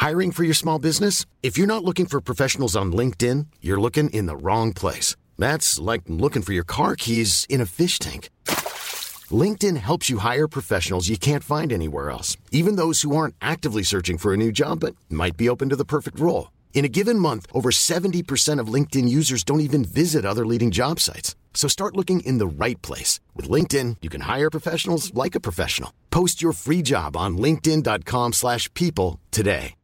Hiring for your small business? If you're not looking for professionals on LinkedIn, you're looking in the wrong place. That's like looking for your car keys in a fish tank. LinkedIn helps you hire professionals you can't find anywhere else, even those who aren't actively searching for a new job but might be open to the perfect role. In a given month, over 70% of LinkedIn users don't even visit other leading job sites. So start looking in the right place. With LinkedIn, you can hire professionals like a professional. Post your free job on linkedin.com/people today.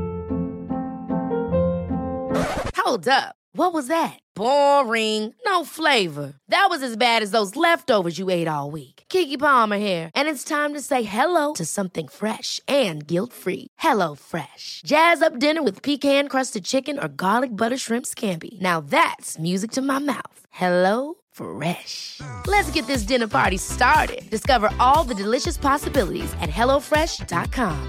Hold up. What was that? Boring. No flavor. That was as bad as those leftovers you ate all week. Keke Palmer here, and it's time to say hello to something fresh and guilt-free. Hello Fresh. Jazz up dinner with pecan-crusted chicken or garlic butter shrimp scampi. Now that's music to my mouth. Hello Fresh. Let's get this dinner party started. Discover all the delicious possibilities at hellofresh.com.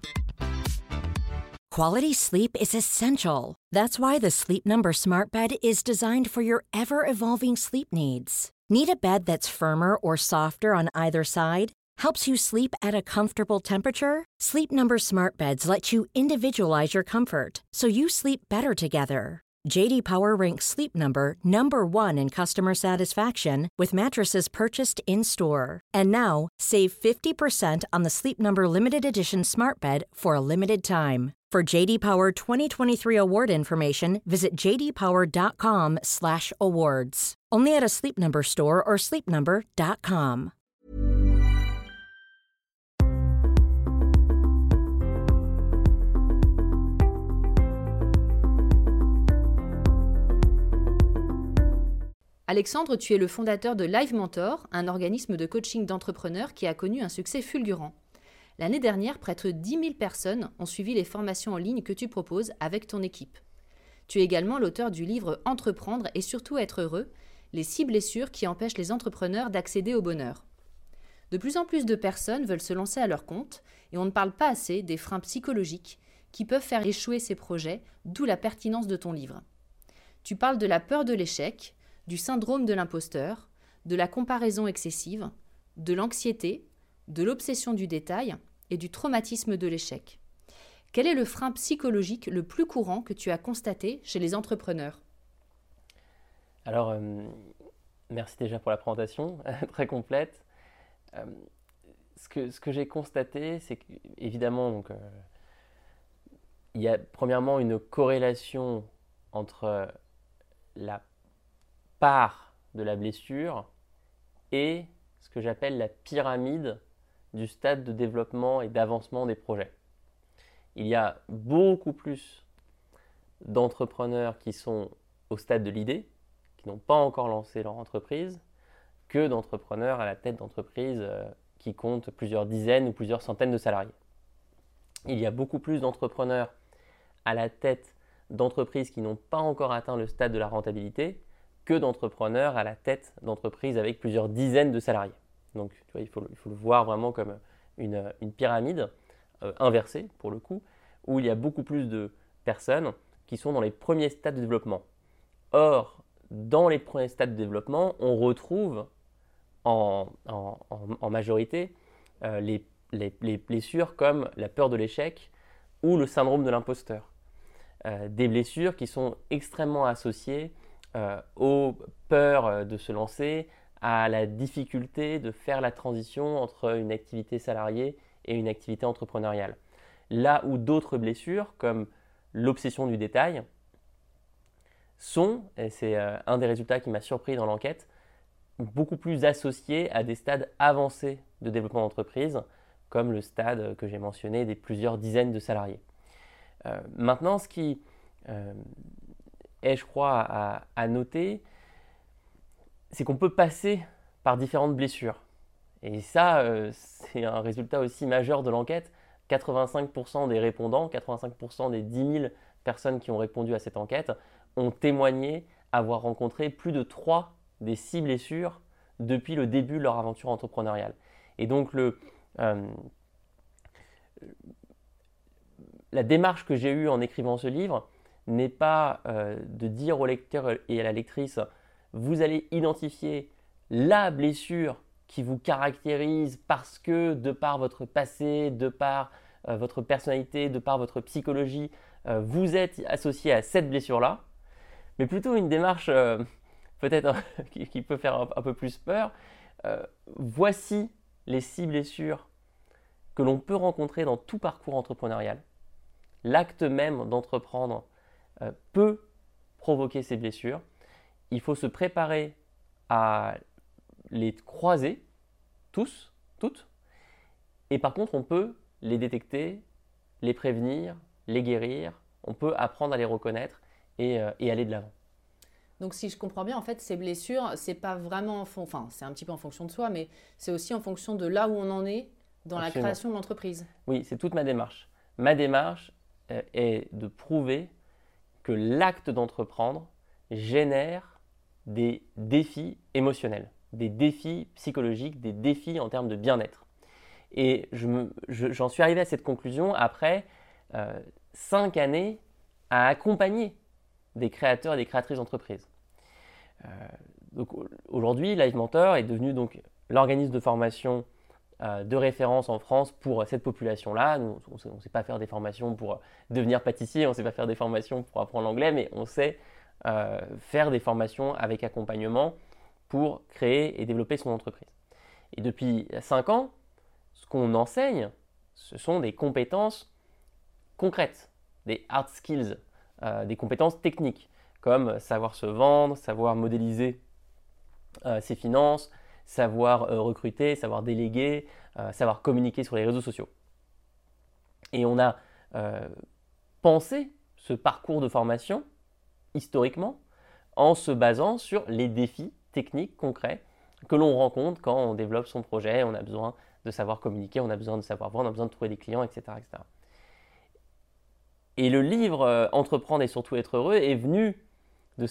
Quality sleep is essential. That's why the Sleep Number Smart Bed is designed for your ever-evolving sleep needs. Need a bed that's firmer or softer on either side? Helps you sleep at a comfortable temperature? Sleep Number Smart Beds let you individualize your comfort, so you sleep better together. J.D. Power ranks Sleep Number number 1 in customer satisfaction with mattresses purchased in-store. And now, save 50% on the Sleep Number Limited Edition Smart Bed for a limited time. For J.D. Power 2023 award information, visit jdpower.com/awards. Only at a Sleep Number store or sleepnumber.com. Alexandre, tu es le fondateur de Live Mentor, un organisme de coaching d'entrepreneurs qui a connu un succès fulgurant. L'année dernière, près de 10 000 personnes ont suivi les formations en ligne que tu proposes avec ton équipe. Tu es également l'auteur du livre Entreprendre et surtout être heureux, les 6 blessures qui empêchent les entrepreneurs d'accéder au bonheur. De plus en plus de personnes veulent se lancer à leur compte et on ne parle pas assez des freins psychologiques qui peuvent faire échouer ces projets, d'où la pertinence de ton livre. Tu parles de la peur de l'échec, du syndrome de l'imposteur, de la comparaison excessive, de l'anxiété, de l'obsession du détail et du traumatisme de l'échec. Quel est le frein psychologique le plus courant que tu as constaté chez les entrepreneurs ? Alors, merci déjà pour la présentation, très complète. Ce que j'ai constaté, c'est qu'évidemment, il y a premièrement une corrélation entre la part de la blessure et ce que j'appelle la pyramide du stade de développement et d'avancement des projets. Il y a beaucoup plus d'entrepreneurs qui sont au stade de l'idée, qui n'ont pas encore lancé leur entreprise, que d'entrepreneurs à la tête d'entreprises qui comptent plusieurs dizaines ou plusieurs centaines de salariés. Il y a beaucoup plus d'entrepreneurs à la tête d'entreprises qui n'ont pas encore atteint le stade de la rentabilité que d'entrepreneurs à la tête d'entreprises avec plusieurs dizaines de salariés. Donc, tu vois, il faut le voir vraiment comme une pyramide inversée, pour le coup, où il y a beaucoup plus de personnes qui sont dans les premiers stades de développement. Or, dans les premiers stades de développement, on retrouve en majorité les blessures comme la peur de l'échec ou le syndrome de l'imposteur. Des blessures qui sont extrêmement associées aux peurs de se lancer, à la difficulté de faire la transition entre une activité salariée et une activité entrepreneuriale. Là où d'autres blessures, comme l'obsession du détail, sont, et c'est un des résultats qui m'a surpris dans l'enquête, beaucoup plus associées à des stades avancés de développement d'entreprise, comme le stade que j'ai mentionné des plusieurs dizaines de salariés. Maintenant, ce qui est, je crois, à noter, c'est qu'on peut passer par différentes blessures. Et ça, c'est un résultat aussi majeur de l'enquête. 85% des répondants, 85% des 10 000 personnes qui ont répondu à cette enquête ont témoigné avoir rencontré plus de 3 des 6 blessures depuis le début de leur aventure entrepreneuriale. Et donc, la démarche que j'ai eue en écrivant ce livre n'est pas de dire au lecteur et à la lectrice « vous allez identifier la blessure qui vous caractérise parce que, de par votre passé, de par votre personnalité, de par votre psychologie, vous êtes associé à cette blessure-là, mais plutôt une démarche peut-être qui peut faire un peu plus peur. Voici les 6 blessures que l'on peut rencontrer dans tout parcours entrepreneurial. L'acte même d'entreprendre peut provoquer ces blessures. Il faut se préparer à les croiser, tous, toutes. Et par contre, on peut les détecter, les prévenir, les guérir. On peut apprendre à les reconnaître et aller de l'avant. Donc si je comprends bien, en fait, ces blessures, c'est pas vraiment, c'est un petit peu en fonction de soi, mais c'est aussi en fonction de là où on en est dans la création de l'entreprise. Oui, c'est toute ma démarche. Ma démarche est de prouver que l'acte d'entreprendre génère des défis émotionnels, des défis psychologiques, des défis en termes de bien-être. Et j'en suis arrivé à cette conclusion après 5 années à accompagner des créateurs et des créatrices d'entreprises. Donc aujourd'hui, Live Mentor est devenu donc l'organisme de formation de référence en France pour cette population-là. Nous, on ne sait pas faire des formations pour devenir pâtissier, on ne sait pas faire des formations pour apprendre l'anglais, mais on sait faire des formations avec accompagnement pour créer et développer son entreprise. Et depuis 5 ans, ce qu'on enseigne, ce sont des compétences concrètes, des hard skills, des compétences techniques, comme savoir se vendre, savoir modéliser ses finances, savoir recruter, savoir déléguer, savoir communiquer sur les réseaux sociaux. Et on a pensé ce parcours de formation historiquement en se basant sur les défis techniques concrets que l'on rencontre quand on développe son projet. On a besoin de savoir communiquer, on a besoin de savoir vendre, on a besoin de trouver des clients, etc. etc. Et le livre Entreprendre et surtout être heureux est venu de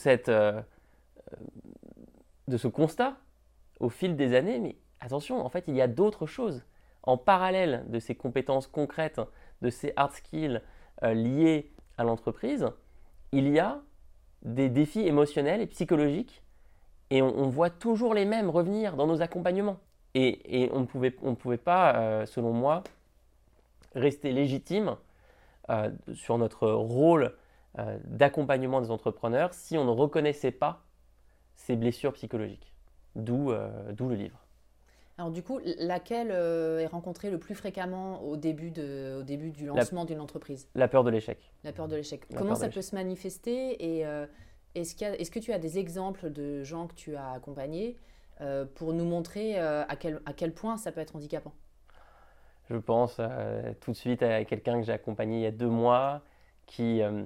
ce constat au fil des années, mais attention, en fait, il y a d'autres choses. En parallèle de ces compétences concrètes, de ces hard skills liés à l'entreprise, il y a des défis émotionnels et psychologiques et on voit toujours les mêmes revenir dans nos accompagnements. Et on ne pouvait pas, selon moi, rester légitime sur notre rôle d'accompagnement des entrepreneurs si on ne reconnaissait pas ces blessures psychologiques. D'où le livre. Alors du coup, laquelle est rencontrée le plus fréquemment au début du lancement d'une entreprise? La peur de l'échec. La peur de l'échec. Comment ça peut se manifester et est-ce que tu as des exemples de gens que tu as accompagnés pour nous montrer à quel point ça peut être handicapant? Je pense tout de suite à quelqu'un que j'ai accompagné il y a 2 mois qui a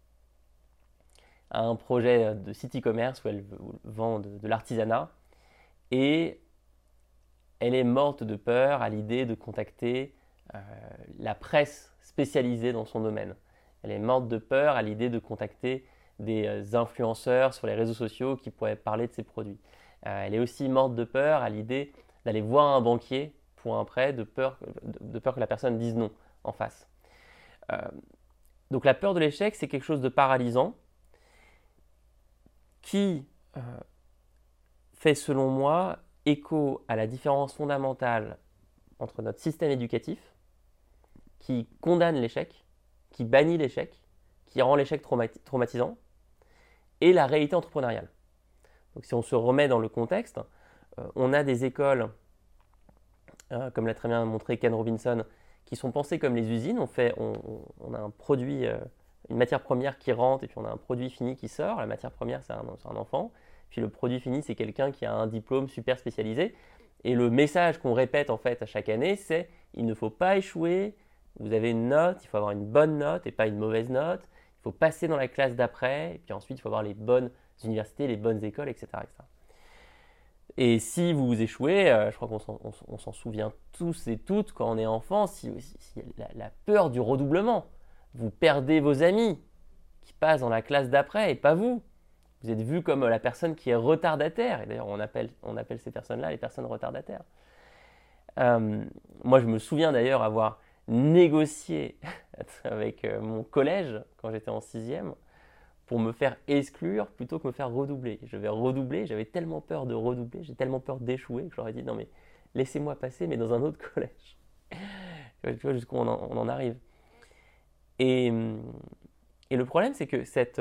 un projet de site e-commerce où elle vend de l'artisanat et elle est morte de peur à l'idée de contacter la presse spécialisée dans son domaine. Elle est morte de peur à l'idée de contacter des influenceurs sur les réseaux sociaux qui pourraient parler de ses produits. Elle est aussi morte de peur à l'idée d'aller voir un banquier pour un prêt, de peur que la personne dise non en face. Donc la peur de l'échec, c'est quelque chose de paralysant qui fait, selon moi, écho à la différence fondamentale entre notre système éducatif, qui condamne l'échec, qui bannit l'échec, qui rend l'échec traumatisant, et la réalité entrepreneuriale. Donc si on se remet dans le contexte, on a des écoles, comme l'a très bien montré Ken Robinson, qui sont pensées comme les usines. On a un produit, une matière première qui rentre, et puis on a un produit fini qui sort. La matière première, c'est un enfant. Puis le produit fini, c'est quelqu'un qui a un diplôme super spécialisé. Et le message qu'on répète en fait à chaque année, c'est il ne faut pas échouer. Vous avez une note, il faut avoir une bonne note et pas une mauvaise note. Il faut passer dans la classe d'après. Et puis ensuite, il faut avoir les bonnes universités, les bonnes écoles, etc. etc. Et si vous échouez, je crois qu'on s'en souvient tous et toutes quand on est enfant, si la peur du redoublement. Vous perdez vos amis qui passent dans la classe d'après et pas vous. Vous êtes vu comme la personne qui est retardataire. Et d'ailleurs, on appelle ces personnes-là les personnes retardataires. Moi, je me souviens d'ailleurs avoir négocié avec mon collège quand j'étais en 6e pour me faire exclure plutôt que me faire redoubler. Je vais redoubler, j'avais tellement peur de redoubler, j'ai tellement peur d'échouer que je leur ai dit non mais laissez-moi passer mais dans un autre collège. Tu vois jusqu'où on en arrive. Et le problème, c'est que cette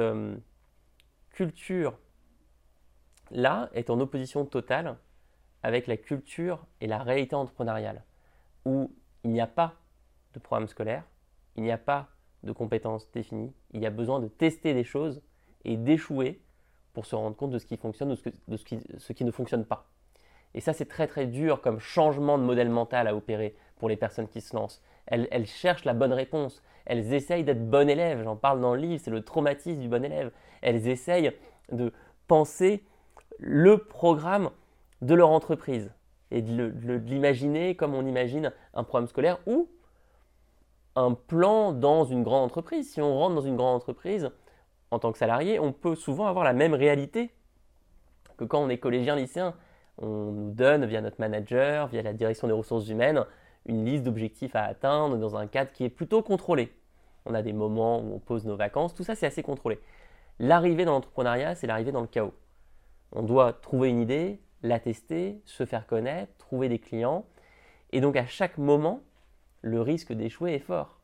culture-là est en opposition totale avec la culture et la réalité entrepreneuriale, où il n'y a pas de programme scolaire, il n'y a pas de compétences définies, il y a besoin de tester des choses et d'échouer pour se rendre compte de ce qui fonctionne ou de ce qui ne fonctionne pas. Et ça, c'est très très dur comme changement de modèle mental à opérer pour les personnes qui se lancent. Elles cherchent la bonne réponse, elles essayent d'être bonnes élèves, j'en parle dans le livre, c'est le traumatisme du bon élève. Elles essayent de penser le programme de leur entreprise et de l'imaginer comme on imagine un programme scolaire ou un plan dans une grande entreprise. Si on rentre dans une grande entreprise, en tant que salarié, on peut souvent avoir la même réalité que quand on est collégien, lycéen. On nous donne, via notre manager, via la direction des ressources humaines, une liste d'objectifs à atteindre dans un cadre qui est plutôt contrôlé. On a des moments où on pose nos vacances, tout ça c'est assez contrôlé. L'arrivée dans l'entrepreneuriat, c'est l'arrivée dans le chaos. On doit trouver une idée, la tester, se faire connaître, trouver des clients. Et donc à chaque moment, le risque d'échouer est fort.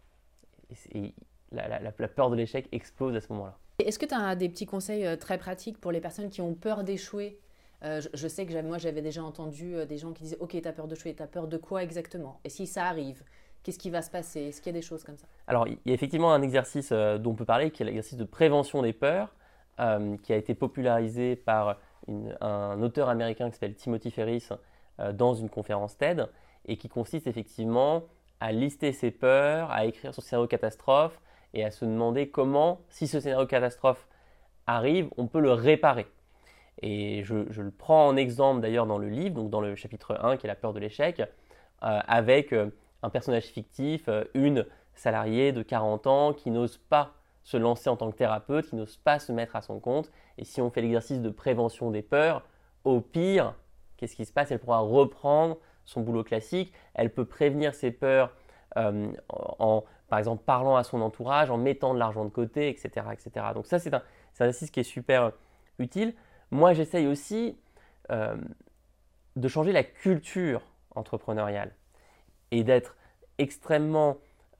Et la peur de l'échec explose à ce moment-là. Est-ce que tu as des petits conseils très pratiques pour les personnes qui ont peur d'échouer ? Je sais que moi j'avais déjà entendu des gens qui disaient « Ok, tu as peur d'échouer, tu as peur de quoi exactement ? Et si ça arrive, qu'est-ce qui va se passer ? Est-ce qu'il y a des choses comme ça ?» Alors il y a effectivement un exercice dont on peut parler qui est l'exercice de prévention des peurs qui a été popularisé par un auteur américain qui s'appelle Timothy Ferriss dans une conférence TED et qui consiste effectivement à lister ses peurs, à écrire son scénario catastrophe et à se demander comment, si ce scénario catastrophe arrive, on peut le réparer. Et je le prends en exemple d'ailleurs dans le livre, donc dans le chapitre 1 qui est la peur de l'échec, avec un personnage fictif, une salariée de 40 ans qui n'ose pas se lancer en tant que thérapeute, qui n'ose pas se mettre à son compte. Et si on fait l'exercice de prévention des peurs, au pire, qu'est-ce qui se passe ? Elle pourra reprendre son boulot classique, elle peut prévenir ses peurs en, par exemple, parlant à son entourage, en mettant de l'argent de côté, etc. etc. Donc ça, c'est un exercice qui est super utile. Moi, j'essaye aussi de changer la culture entrepreneuriale et d'être extrêmement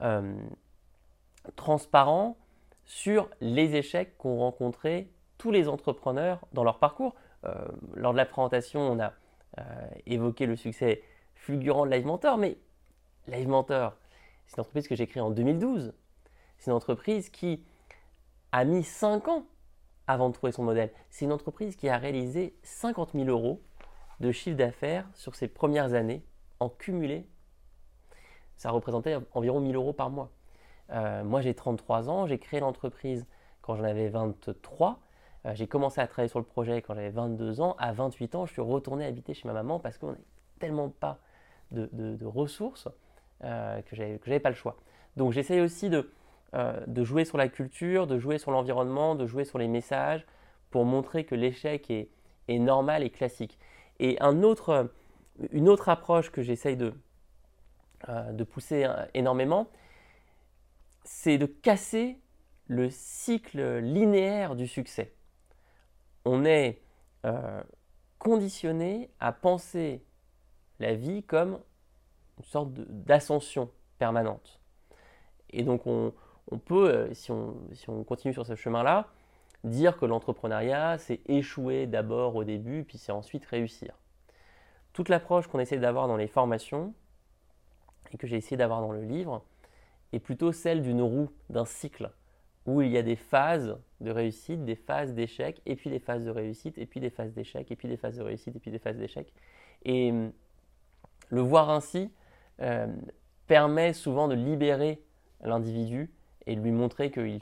transparent sur les échecs qu'ont rencontrés tous les entrepreneurs dans leur parcours. Lors de la présentation, on a évoqué le succès fulgurant de Live Mentor, mais Live Mentor, c'est une entreprise que j'ai créée en 2012. C'est une entreprise qui a mis 5 ans avant de trouver son modèle. C'est une entreprise qui a réalisé 50 000 € de chiffre d'affaires sur ses premières années en cumulé. Ça représentait environ 1 000 € par mois. Moi, j'ai 33 ans, j'ai créé l'entreprise quand j'en avais 23. J'ai commencé à travailler sur le projet quand j'avais 22 ans. À 28 ans, je suis retourné habiter chez ma maman parce qu'on n'avait tellement pas de ressources que j'avais pas le choix. Donc, j'essaye aussi de jouer sur la culture, de jouer sur l'environnement, de jouer sur les messages pour montrer que l'échec est normal et classique. Et une autre approche que j'essaye de pousser énormément, c'est de casser le cycle linéaire du succès. On est conditionné à penser la vie comme une sorte d'ascension permanente. Et donc on peut, si on continue sur ce chemin-là, dire que l'entrepreneuriat, c'est échouer d'abord au début, puis c'est ensuite réussir. Toute l'approche qu'on essaie d'avoir dans les formations, et que j'ai essayé d'avoir dans le livre, est plutôt celle d'une roue, d'un cycle, où il y a des phases de réussite, des phases d'échec, et puis des phases de réussite, et puis des phases d'échec, et puis des phases de réussite, et puis des phases d'échec. Et le voir ainsi permet souvent de libérer l'individu et de lui montrer qu'il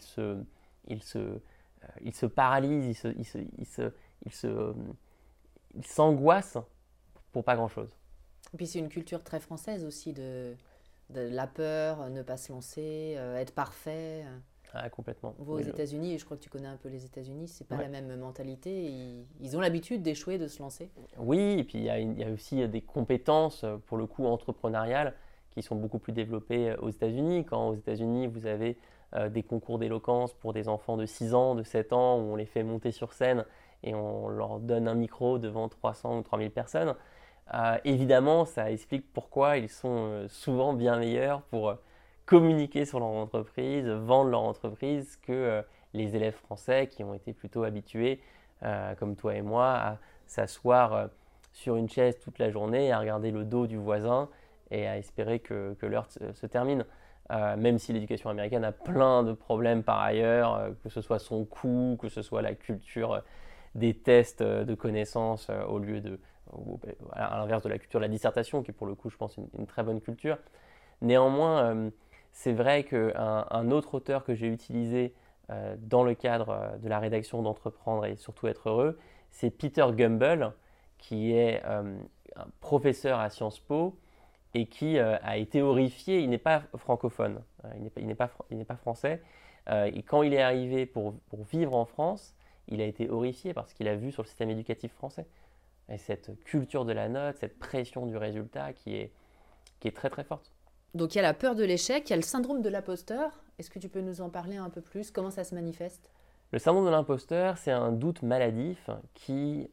se paralyse, il s'angoisse pour pas grand-chose. Et puis c'est une culture très française aussi de la peur, ne pas se lancer, être parfait. Ah, complètement. Vous, aux États-Unis, et je crois que tu connais un peu les États-Unis, c'est pas la même mentalité. Ils ont l'habitude d'échouer, de se lancer. Oui, et puis il y a aussi des compétences, pour le coup, entrepreneuriales qui sont beaucoup plus développées aux États-Unis. Quand aux États-Unis, vous avez des concours d'éloquence pour des enfants de 6 ans, de 7 ans, où on les fait monter sur scène et on leur donne un micro devant 300 ou 3000 personnes. Évidemment, ça explique pourquoi ils sont souvent bien meilleurs pour communiquer sur leur entreprise, vendre leur entreprise que les élèves français qui ont été plutôt habitués, comme toi et moi, à s'asseoir sur une chaise toute la journée, à regarder le dos du voisin et à espérer que l'heure se termine. Même si l'éducation américaine a plein de problèmes par ailleurs, que ce soit son coût, que ce soit la culture des tests de connaissances au lieu de, à l'inverse de la culture de la dissertation, qui est pour le coup, je pense, une très bonne culture. Néanmoins, c'est vrai qu'un autre auteur que j'ai utilisé dans le cadre de la rédaction d'Entreprendre et surtout être heureux, c'est Peter Gumbel, qui est un professeur à Sciences Po et qui a été horrifié. Il n'est pas francophone, il n'est pas français. Et quand il est arrivé pour vivre en France, il a été horrifié parce qu'il a vu sur le système éducatif français. Et cette culture de la note, cette pression du résultat qui est très très forte. Donc il y a la peur de l'échec, il y a le syndrome de l'imposteur. Est-ce que tu peux nous en parler un peu plus? Comment ça se manifeste? Le syndrome de l'imposteur, c'est un doute maladif qui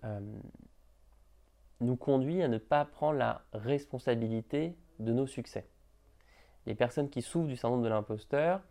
nous conduit à ne pas prendre la responsabilité de nos succès. Les personnes qui souffrent du syndrome de l'imposteur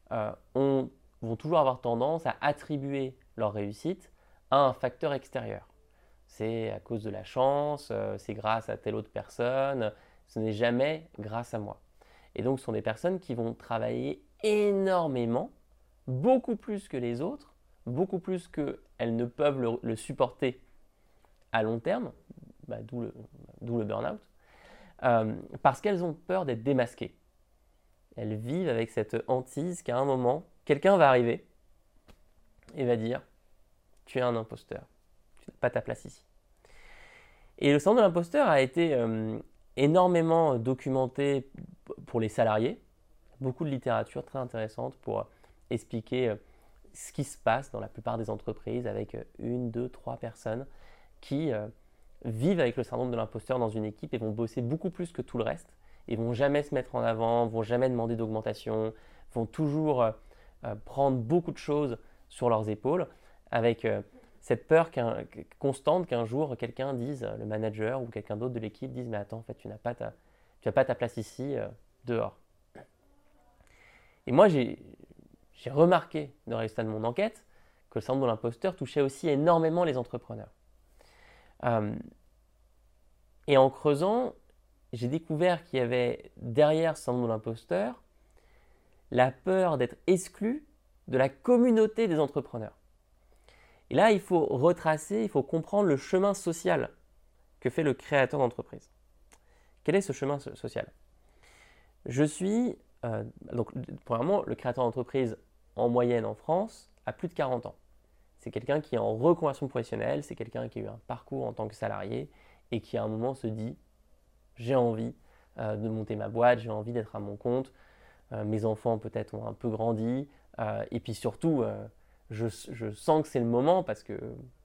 vont toujours avoir tendance à attribuer leur réussite à un facteur extérieur. C'est à cause de la chance, c'est grâce à telle autre personne, ce n'est jamais grâce à moi. Et donc ce sont des personnes qui vont travailler énormément, beaucoup plus que les autres, beaucoup plus qu'elles ne peuvent le supporter à long terme, d'où le burn-out, parce qu'elles ont peur d'être démasquées. Elles vivent avec cette hantise qu'à un moment, quelqu'un va arriver et va dire « tu es un imposteur, tu n'as pas ta place ici ». Et le syndrome de l'imposteur a été énormément documenté pour les salariés. Beaucoup de littérature très intéressante pour expliquer ce qui se passe dans la plupart des entreprises avec 1, 2, 3 personnes qui vivent avec le syndrome de l'imposteur dans une équipe et vont bosser beaucoup plus que tout le reste et vont jamais se mettre en avant, vont jamais demander d'augmentation, vont toujours prendre beaucoup de choses sur leurs épaules avec cette peur constante qu'un jour quelqu'un dise, le manager ou quelqu'un d'autre de l'équipe dise « mais attends, en fait, tu n'as pas ta place ici, dehors ». Et moi, j'ai remarqué dans le résultat de mon enquête que le syndrome de l'imposteur touchait aussi énormément les entrepreneurs. Et en creusant, j'ai découvert qu'il y avait derrière ce syndrome de l'imposteur la peur d'être exclu de la communauté des entrepreneurs. Et là, il faut retracer, il faut comprendre le chemin social que fait le créateur d'entreprise. Quel est ce chemin social? Je suis, donc, premièrement, le créateur d'entreprise en moyenne en France a plus de 40 ans. C'est quelqu'un qui est en reconversion professionnelle, c'est quelqu'un qui a eu un parcours en tant que salarié et qui à un moment se dit « j'ai envie de monter ma boîte, j'ai envie d'être à mon compte, mes enfants peut-être ont un peu grandi et puis surtout… Je sens que c'est le moment parce que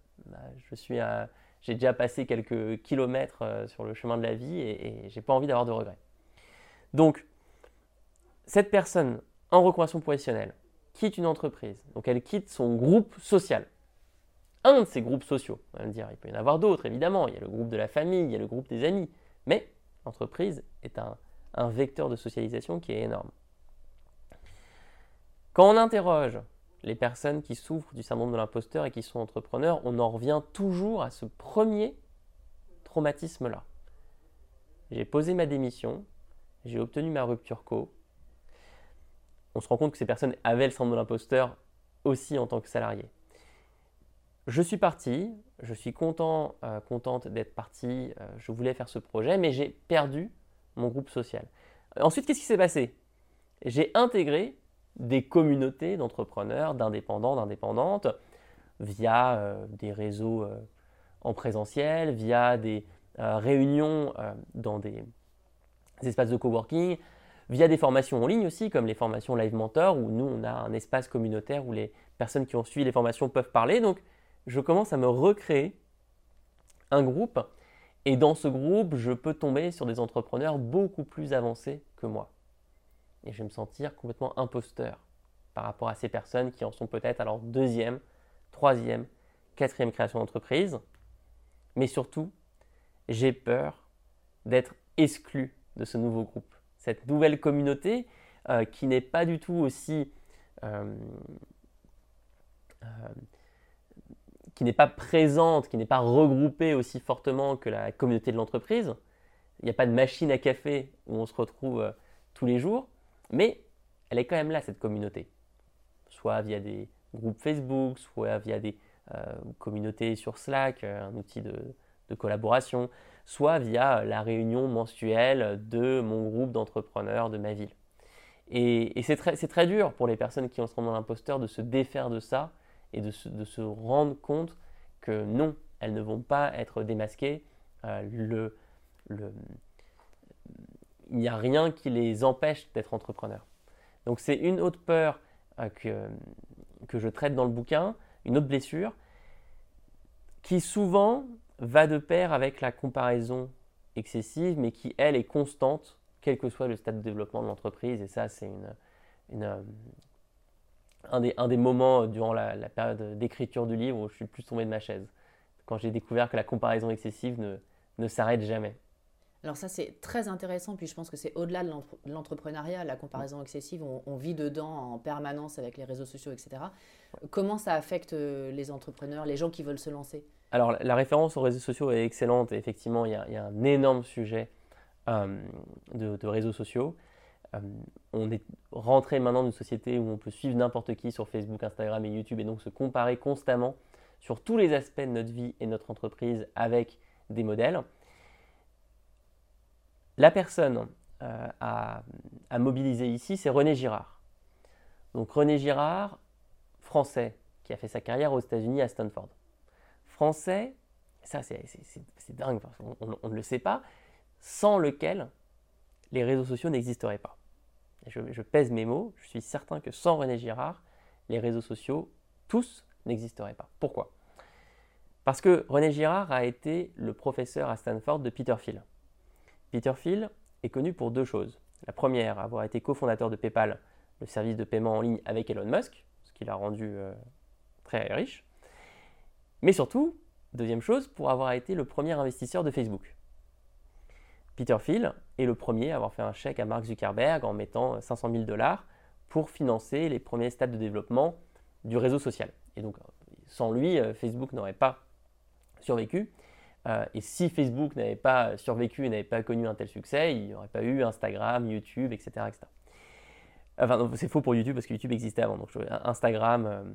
j'ai déjà passé quelques kilomètres sur le chemin de la vie et je n'ai pas envie d'avoir de regrets. » Donc, cette personne en reconversion professionnelle quitte une entreprise, donc elle quitte son groupe social. Un de ces groupes sociaux, on va me dire, il peut y en avoir d'autres évidemment, il y a le groupe de la famille, il y a le groupe des amis, mais l'entreprise est un vecteur de socialisation qui est énorme. Quand on interroge les personnes qui souffrent du syndrome de l'imposteur et qui sont entrepreneurs, on en revient toujours à ce premier traumatisme-là. J'ai posé ma démission, j'ai obtenu ma rupture co. On se rend compte que ces personnes avaient le syndrome de l'imposteur aussi en tant que salariés. Je suis parti, je suis contente d'être parti, je voulais faire ce projet, mais j'ai perdu mon groupe social. Ensuite, qu'est-ce qui s'est passé? J'ai intégré des communautés d'entrepreneurs, d'indépendants, d'indépendantes, via des réseaux en présentiel, via des réunions dans des espaces de coworking, via des formations en ligne aussi, comme les formations Live Mentor, où nous, on a un espace communautaire où les personnes qui ont suivi les formations peuvent parler. Donc, je commence à me recréer un groupe, et dans ce groupe, je peux tomber sur des entrepreneurs beaucoup plus avancés que moi. Et je vais me sentir complètement imposteur par rapport à ces personnes qui en sont peut-être à leur 2e, 3e, 4e création d'entreprise. Mais surtout, j'ai peur d'être exclu de ce nouveau groupe. Cette nouvelle communauté qui n'est pas du tout aussi qui n'est pas présente, qui n'est pas regroupée aussi fortement que la communauté de l'entreprise. Il n'y a pas de machine à café où on se retrouve tous les jours, mais elle est quand même là, cette communauté. Soit via des groupes Facebook, soit via des communautés sur Slack, un outil de collaboration, soit via la réunion mensuelle de mon groupe d'entrepreneurs de ma ville. Et c'est très dur pour les personnes qui ont ce syndrome de l'imposteur de se défaire de ça et de se rendre compte que non, elles ne vont pas être démasquées. Il n'y a rien qui les empêche d'être entrepreneurs. Donc c'est une autre peur que je traite dans le bouquin, une autre blessure, qui souvent va de pair avec la comparaison excessive, mais qui, elle, est constante, quel que soit le stade de développement de l'entreprise. Et ça, c'est un des moments durant la période d'écriture du livre où je suis le plus tombé de ma chaise, quand j'ai découvert que la comparaison excessive ne s'arrête jamais. Alors ça, c'est très intéressant, puis je pense que c'est au-delà de l'entrepreneuriat, la comparaison excessive, on vit dedans en permanence avec les réseaux sociaux, etc. Comment ça affecte les entrepreneurs, les gens qui veulent se lancer? Alors, la référence aux réseaux sociaux est excellente, et effectivement, il y a un énorme sujet de réseaux sociaux. On est rentré maintenant dans une société où on peut suivre n'importe qui sur Facebook, Instagram et YouTube, et donc se comparer constamment sur tous les aspects de notre vie et de notre entreprise avec des modèles. La personne à mobiliser ici, c'est René Girard. Donc René Girard, français, qui a fait sa carrière aux États-Unis à Stanford. Français, ça c'est dingue, on ne le sait pas, sans lequel les réseaux sociaux n'existeraient pas. Et je pèse mes mots, je suis certain que sans René Girard, les réseaux sociaux, tous, n'existeraient pas. Pourquoi? Parce que René Girard a été le professeur à Stanford de Peter Thiel. Peter Thiel est connu pour deux choses. La première, avoir été cofondateur de PayPal, le service de paiement en ligne avec Elon Musk, ce qui l'a rendu très riche. Mais surtout, deuxième chose, pour avoir été le premier investisseur de Facebook. Peter Thiel est le premier à avoir fait un chèque à Mark Zuckerberg en mettant 500 000 $ pour financer les premiers stades de développement du réseau social. Et donc, sans lui, Facebook n'aurait pas survécu. Et si Facebook n'avait pas survécu et n'avait pas connu un tel succès, il n'y aurait pas eu Instagram, YouTube, etc. etc. Enfin, non, c'est faux pour YouTube parce que YouTube existait avant. Donc, Instagram,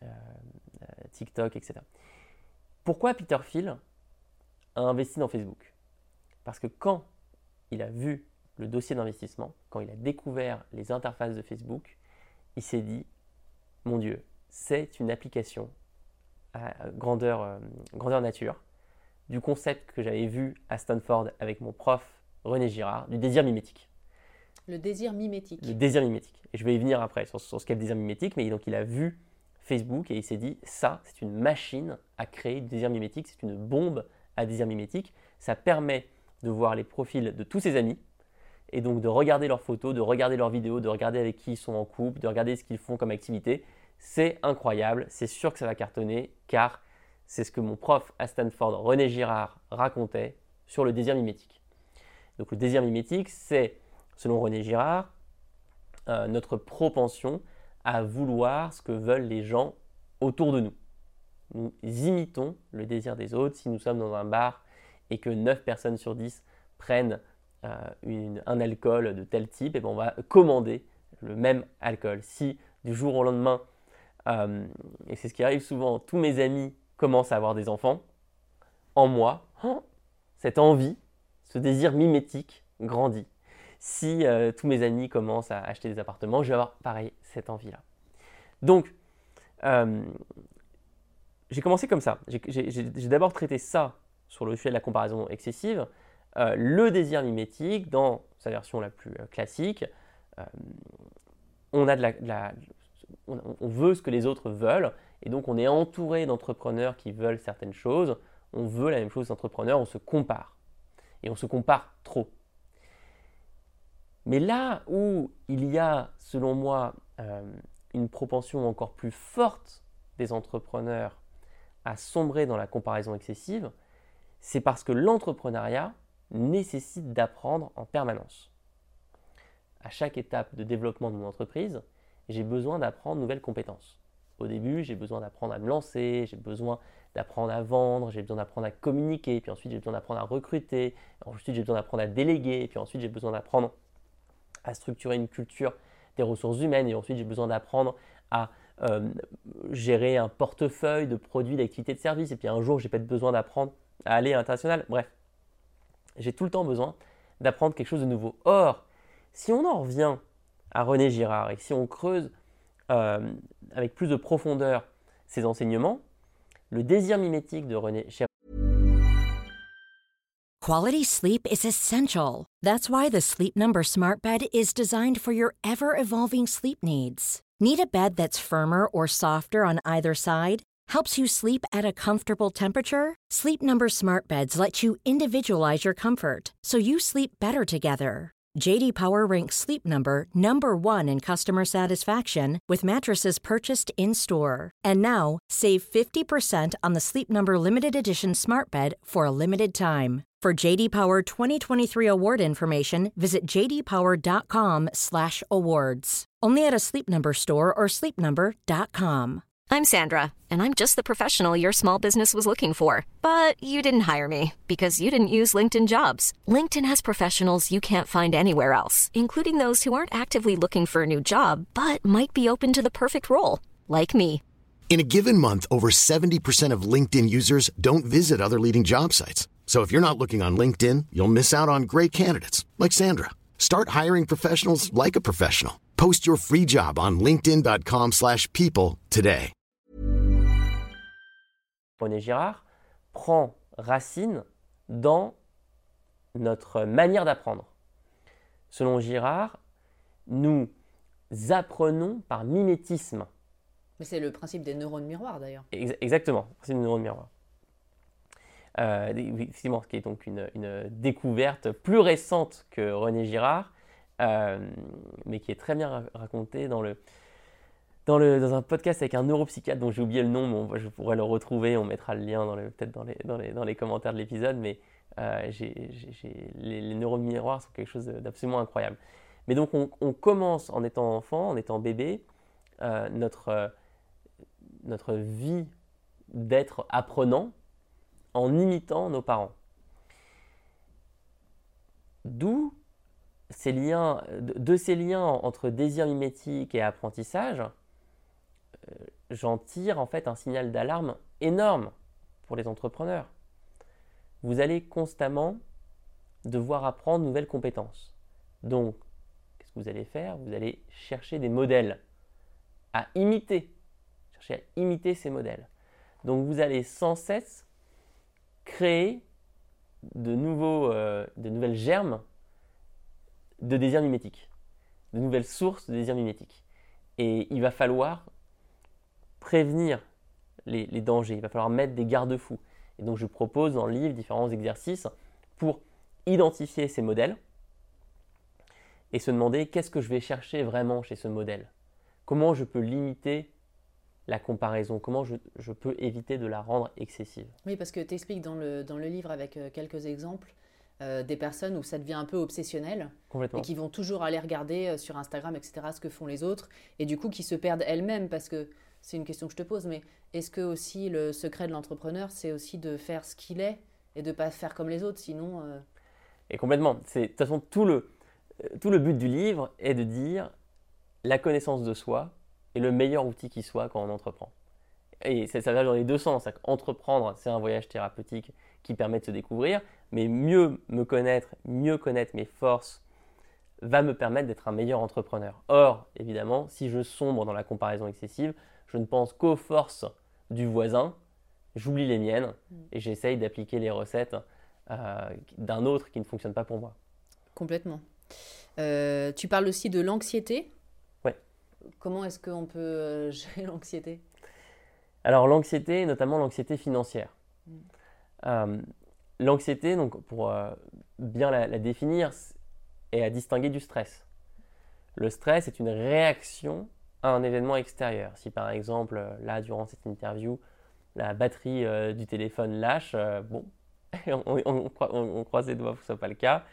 TikTok, etc. Pourquoi Peter Thiel a investi dans Facebook? Parce que quand il a vu le dossier d'investissement, quand il a découvert les interfaces de Facebook, il s'est dit, mon Dieu, c'est une application à grandeur nature du concept que j'avais vu à Stanford avec mon prof René Girard, du désir mimétique. Le désir mimétique. Le désir mimétique. Et je vais y venir après sur ce qu'est le désir mimétique, mais donc il a vu Facebook et il s'est dit, ça, c'est une machine à créer du désir mimétique, c'est une bombe à désir mimétique. Ça permet de voir les profils de tous ses amis et donc de regarder leurs photos, de regarder leurs vidéos, de regarder avec qui ils sont en couple, de regarder ce qu'ils font comme activité. C'est incroyable, c'est sûr que ça va cartonner car c'est ce que mon prof à Stanford, René Girard, racontait sur le désir mimétique. Donc le désir mimétique, c'est, selon René Girard, notre propension à vouloir ce que veulent les gens autour de nous. Nous imitons le désir des autres. Si nous sommes dans un bar et que 9 personnes sur 10 prennent un alcool de tel type, et ben on va commander le même alcool. Si du jour au lendemain, et c'est ce qui arrive souvent, tous mes amis commencent à avoir des enfants, en moi, cette envie, ce désir mimétique grandit. Si tous mes amis commencent à acheter des appartements, je vais avoir pareil cette envie-là. Donc, j'ai commencé comme ça. J'ai d'abord traité ça sur le sujet de la comparaison excessive, le désir mimétique dans sa version la plus classique. On veut ce que les autres veulent et donc on est entouré d'entrepreneurs qui veulent certaines choses. On veut la même chose d'entrepreneurs, on se compare. Et on se compare trop. Mais là où il y a, selon moi, une propension encore plus forte des entrepreneurs à sombrer dans la comparaison excessive, c'est parce que l'entrepreneuriat nécessite d'apprendre en permanence. À chaque étape de développement de mon entreprise, j'ai besoin d'apprendre de nouvelles compétences. Au début, j'ai besoin d'apprendre à me lancer, j'ai besoin d'apprendre à vendre, j'ai besoin d'apprendre à communiquer, puis ensuite j'ai besoin d'apprendre à recruter, ensuite j'ai besoin d'apprendre à déléguer, puis ensuite j'ai besoin d'apprendre à structurer une culture des ressources humaines, et ensuite j'ai besoin d'apprendre à gérer un portefeuille de produits, d'activités, de services, et puis un jour j'ai peut-être besoin d'apprendre à aller à l'international. Bref, j'ai tout le temps besoin d'apprendre quelque chose de nouveau. Or, si on en revient à René Girard et si on creuse avec plus de profondeur ses enseignements, le désir mimétique de René Girard. Quality sleep is essential. That's why the Sleep Number Smart Bed is designed for your ever-evolving sleep needs. Need a bed that's firmer or softer on either side? Helps you sleep at a comfortable temperature? Sleep Number Smart Beds let you individualize your comfort, so you sleep better together. J.D. Power ranks Sleep Number number 1 in customer satisfaction with mattresses purchased in-store. And now, save 50% on the Sleep Number Limited Edition Smart Bed for a limited time. For J.D. Power 2023 award information, visit jdpower.com/awards. Only at a Sleep Number store or sleepnumber.com. I'm Sandra, and I'm just the professional your small business was looking for. But you didn't hire me because you didn't use LinkedIn Jobs. LinkedIn has professionals you can't find anywhere else, including those who aren't actively looking for a new job, but might be open to the perfect role, like me. In a given month, over 70% of LinkedIn users don't visit other leading job sites. So if you're not looking on LinkedIn, you'll miss out on great candidates like Sandra. Start hiring professionals like a professional. Post your free job on linkedin.com/people today. René Girard prend racine dans notre manière d'apprendre. Selon Girard, nous apprenons par mimétisme. Mais c'est le principe des neurones miroirs d'ailleurs. Exactement, le principe des neurones miroirs. Effectivement, ce qui est donc une découverte plus récente que René Girard, mais qui est très bien racontée dans un podcast avec un neuropsychiatre dont j'ai oublié le nom, mais je pourrais le retrouver, on mettra le lien peut-être dans les commentaires de l'épisode, mais les neurones miroirs sont quelque chose d'absolument incroyable. Mais donc on commence en étant enfant, en étant bébé, notre vie d'être apprenant en imitant nos parents. D'où de ces liens entre désir mimétique et apprentissage, j'en tire en fait un signal d'alarme énorme pour les entrepreneurs. Vous allez constamment devoir apprendre de nouvelles compétences. Donc, qu'est-ce que vous allez faire? Vous allez chercher des modèles à imiter. Chercher à imiter ces modèles. Donc, vous allez sans cesse créer de nouvelles germes de désir mimétique, de nouvelles sources de désir mimétique. Et il va falloir prévenir les dangers, il va falloir mettre des garde-fous. Et donc je propose dans le livre différents exercices pour identifier ces modèles et se demander qu'est-ce que je vais chercher vraiment chez ce modèle. Comment je peux limiter la comparaison, comment je peux éviter de la rendre excessive. Oui, parce que tu expliques dans le livre avec quelques exemples des personnes où ça devient un peu obsessionnel et qui vont toujours aller regarder sur Instagram, etc., ce que font les autres et du coup qui se perdent elles-mêmes parce que c'est une question que je te pose, mais est-ce que aussi le secret de l'entrepreneur, c'est aussi de faire ce qu'il est et de ne pas faire comme les autres, sinon… Et complètement. De toute façon, tout le but du livre est de dire la connaissance de soi est le meilleur outil qui soit quand on entreprend. Et ça va dans les deux sens. Entreprendre, c'est un voyage thérapeutique qui permet de se découvrir, mais mieux me connaître, mieux connaître mes forces va me permettre d'être un meilleur entrepreneur. Or, évidemment, si je sombre dans la comparaison excessive, je ne pense qu'aux forces du voisin, j'oublie les miennes et j'essaye d'appliquer les recettes d'un autre qui ne fonctionne pas pour moi. Complètement. Tu parles aussi de l'anxiété. Ouais. Comment est-ce qu'on peut gérer l'anxiété ? Alors l'anxiété, notamment l'anxiété financière. L'anxiété, donc pour bien la définir, est à distinguer du stress. Le stress est une réaction à un événement extérieur. Si par exemple, là, durant cette interview, la batterie du téléphone lâche, on croise les doigts pour que ce ne soit pas le cas,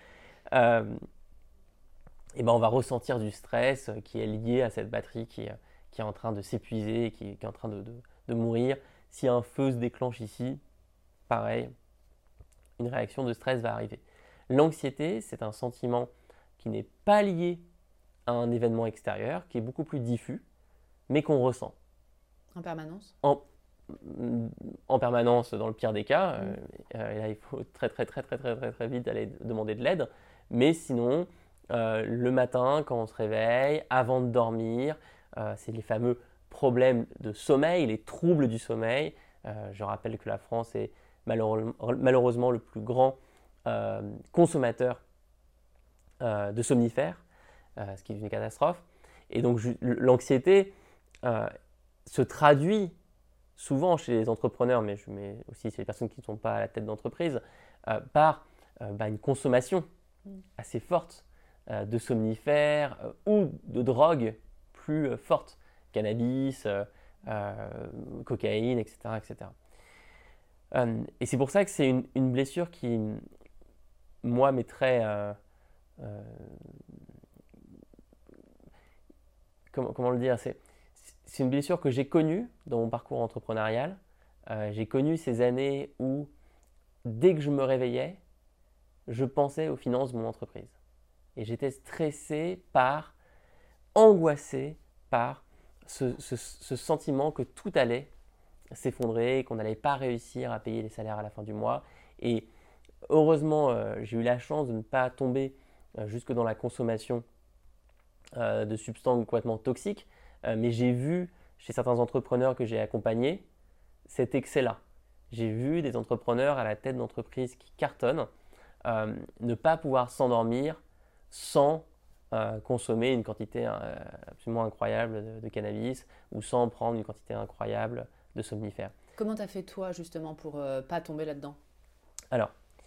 et ben on va ressentir du stress qui est lié à cette batterie qui est en train de s'épuiser, qui est en train de mourir. Si un feu se déclenche ici, pareil, une réaction de stress va arriver. L'anxiété, c'est un sentiment qui n'est pas lié à un événement extérieur, qui est beaucoup plus diffus, mais qu'on ressent. En permanence ? En permanence, dans le pire des cas. Et là, il faut très vite aller demander de l'aide. Mais sinon, le matin, quand on se réveille, avant de dormir, c'est les fameux problèmes de sommeil, les troubles du sommeil. Je rappelle que la France est malheureusement le plus grand consommateur de somnifères, ce qui est une catastrophe. Et donc l'anxiété se traduit souvent chez les entrepreneurs, mais aussi chez les personnes qui ne sont pas à la tête d'entreprise, par une consommation assez forte de somnifères ou de drogues plus fortes, cannabis, cocaïne, etc. etc. Et c'est pour ça que c'est une blessure qui, moi, m'est comment le dire, c'est une blessure que j'ai connue dans mon parcours entrepreneurial. J'ai connu ces années où, dès que je me réveillais, je pensais aux finances de mon entreprise. Et j'étais stressé angoissé par ce sentiment que tout allait s'effondrer, qu'on n'allait pas réussir à payer les salaires à la fin du mois. Et heureusement, j'ai eu la chance de ne pas tomber jusque dans la consommation de substances complètement toxiques. Mais j'ai vu chez certains entrepreneurs que j'ai accompagnés cet excès-là. J'ai vu des entrepreneurs à la tête d'entreprises qui cartonnent ne pas pouvoir s'endormir sans consommer une quantité absolument incroyable de cannabis ou sans prendre une quantité incroyable de somnifères. Comment tu as fait toi justement pour pas tomber là-dedans ? Alors,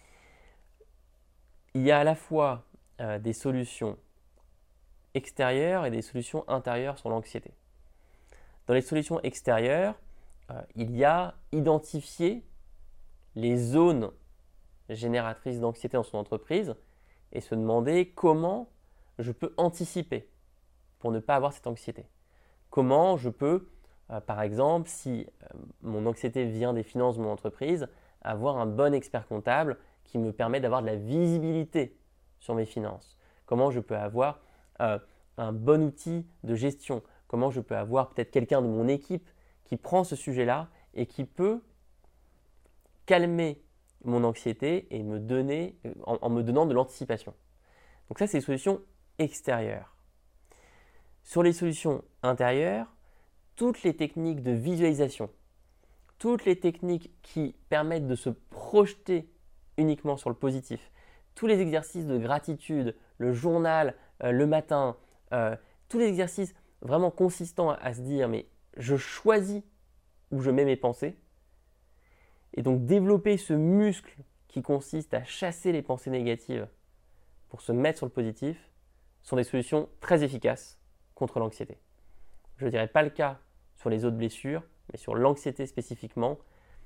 il y a à la fois des solutions extérieures et des solutions intérieures sur l'anxiété. Dans les solutions extérieures, il y a identifier les zones génératrices d'anxiété dans son entreprise et se demander comment je peux anticiper pour ne pas avoir cette anxiété. Comment je peux, par exemple, si mon anxiété vient des finances de mon entreprise, avoir un bon expert comptable qui me permet d'avoir de la visibilité sur mes finances. Comment je peux avoir un bon outil de gestion. Comment je peux avoir peut-être quelqu'un de mon équipe qui prend ce sujet-là et qui peut calmer mon anxiété et me donner, en me donnant de l'anticipation. Donc ça, c'est les solutions extérieures. Sur les solutions intérieures, toutes les techniques de visualisation, toutes les techniques qui permettent de se projeter uniquement sur le positif, tous les exercices de gratitude, le journal, le matin, tous les exercices vraiment consistants à se dire mais je choisis où je mets mes pensées. Et donc développer ce muscle qui consiste à chasser les pensées négatives pour se mettre sur le positif sont des solutions très efficaces contre l'anxiété. Je ne dirais pas le cas sur les autres blessures, mais sur l'anxiété spécifiquement.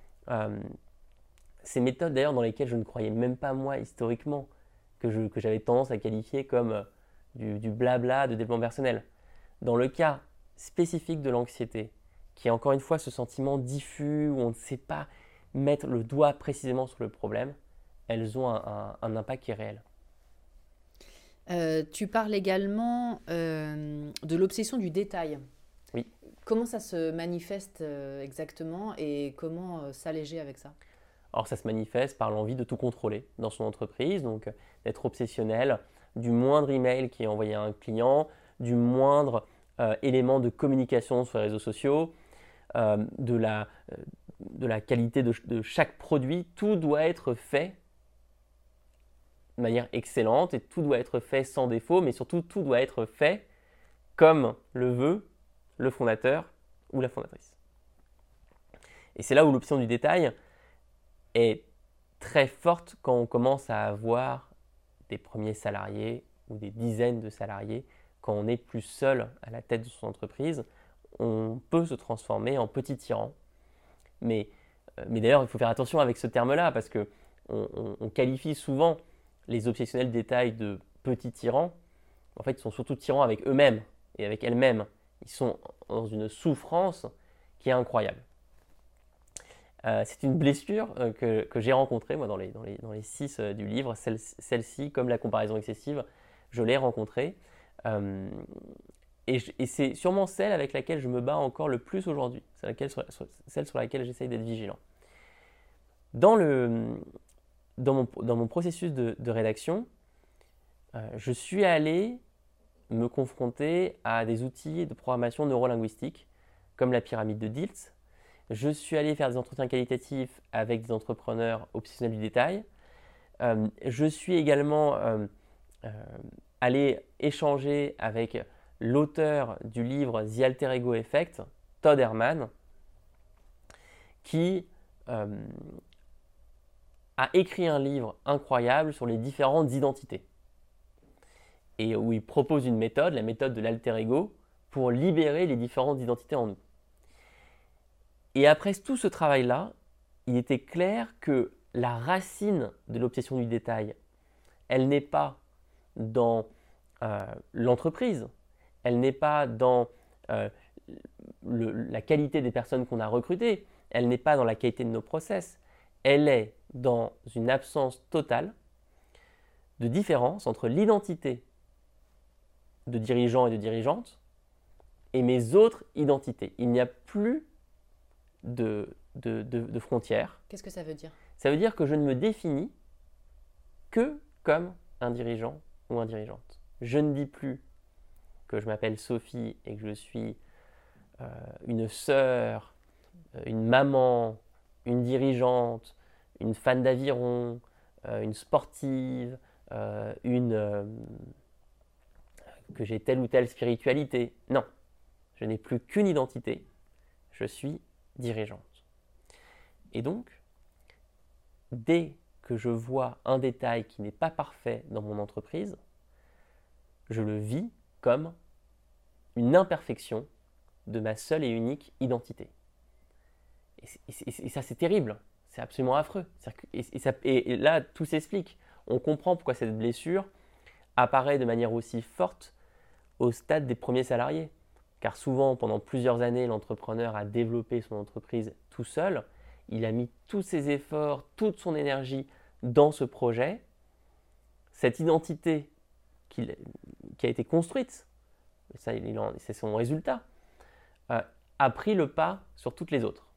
Ces méthodes d'ailleurs dans lesquelles je ne croyais même pas moi historiquement, que j'avais tendance à qualifier comme du blabla de développement personnel. Dans le cas spécifique de l'anxiété, qui est encore une fois ce sentiment diffus où on ne sait pas mettre le doigt précisément sur le problème, elles ont un impact qui est réel. Tu parles également de l'obsession du détail. Oui. Comment ça se manifeste exactement et comment s'alléger avec ça ? Alors ça se manifeste par l'envie de tout contrôler dans son entreprise, donc d'être obsessionnel du moindre email qui est envoyé à un client, du moindre élément de communication sur les réseaux sociaux, de la qualité de chaque produit. Tout doit être fait de manière excellente et tout doit être fait sans défaut, mais surtout tout doit être fait comme le veut le fondateur ou la fondatrice. Et c'est là où l'option du détail est très forte quand on commence à avoir des premiers salariés ou des dizaines de salariés. Quand on est plus seul à la tête de son entreprise, on peut se transformer en petit tyran. Mais d'ailleurs, il faut faire attention avec ce terme-là parce que on qualifie souvent les obsessionnels de détail de petits tyrans. En fait, ils sont surtout tyrans avec eux-mêmes et avec elles-mêmes. Ils sont dans une souffrance qui est incroyable. C'est une blessure que j'ai rencontrée, moi, dans les 6 du livre. Celle-ci, comme la comparaison excessive, je l'ai rencontrée. Et c'est sûrement celle avec laquelle je me bats encore le plus aujourd'hui. C'est celle sur laquelle j'essaye d'être vigilant. Dans mon processus de rédaction, je suis allé me confronter à des outils de programmation neurolinguistique, comme la pyramide de Dilts. Je suis allé faire des entretiens qualitatifs avec des entrepreneurs obsessionnels du détail. Je suis également allé échanger avec l'auteur du livre The Alter Ego Effect, Todd Herman, qui a écrit un livre incroyable sur les différentes identités. Et où il propose une méthode, la méthode de l'alter ego, pour libérer les différentes identités en nous. Et après tout ce travail-là, il était clair que la racine de l'obsession du détail, elle n'est pas dans l'entreprise, elle n'est pas dans la qualité des personnes qu'on a recrutées, elle n'est pas dans la qualité de nos process, elle est dans une absence totale de différence entre l'identité de dirigeants et de dirigeantes et mes autres identités. Il n'y a plus de frontières. Qu'est-ce que ça veut dire? Ça veut dire que je ne me définis que comme un dirigeant ou une dirigeante. Je ne dis plus que je m'appelle Sophie et que je suis une sœur, une maman, une dirigeante, une fan d'aviron, une sportive, que j'ai telle ou telle spiritualité. Non, je n'ai plus qu'une identité, je suis dirigeante. Et donc, dès que je vois un détail qui n'est pas parfait dans mon entreprise, je le vis comme une imperfection de ma seule et unique identité. Et ça, c'est terrible, c'est absolument affreux. Et là, tout s'explique. On comprend pourquoi cette blessure apparaît de manière aussi forte au stade des premiers salariés. Car souvent, pendant plusieurs années, l'entrepreneur a développé son entreprise tout seul. Il a mis tous ses efforts, toute son énergie dans ce projet. Cette identité qui a été construite, c'est son résultat, a pris le pas sur toutes les autres.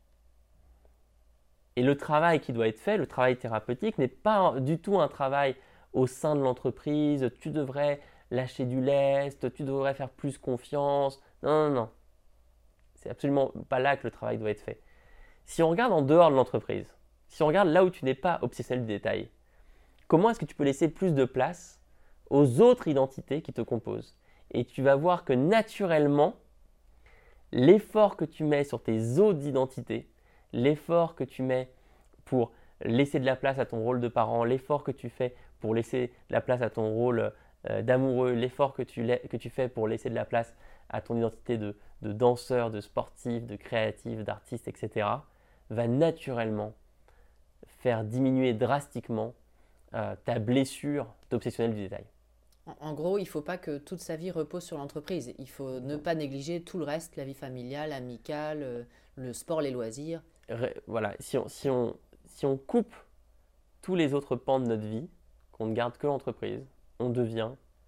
Et le travail qui doit être fait, le travail thérapeutique, n'est pas du tout un travail au sein de l'entreprise. Tu devrais lâcher du lest, tu devrais faire plus confiance. Non, non, non. C'est absolument pas là que le travail doit être fait. Si on regarde en dehors de l'entreprise, si on regarde là où tu n'es pas obsessionnel du détail, comment est-ce que tu peux laisser plus de place aux autres identités qui te composent? Et tu vas voir que naturellement, l'effort que tu mets sur tes autres identités, l'effort que tu mets pour laisser de la place à ton rôle de parent, l'effort que tu fais pour laisser de la place à ton rôle d'amoureux, l'effort que tu fais pour laisser de la place à ton identité de danseur, de sportif, de créatif, d'artiste, etc., va naturellement faire diminuer drastiquement ta blessure d'obsessionnel du détail. En gros, il ne faut pas que toute sa vie repose sur l'entreprise. Il faut ne pas négliger tout le reste, la vie familiale, amicale, le sport, les loisirs. Voilà, si on coupe tous les autres pans de notre vie, qu'on ne garde que l'entreprise, on devient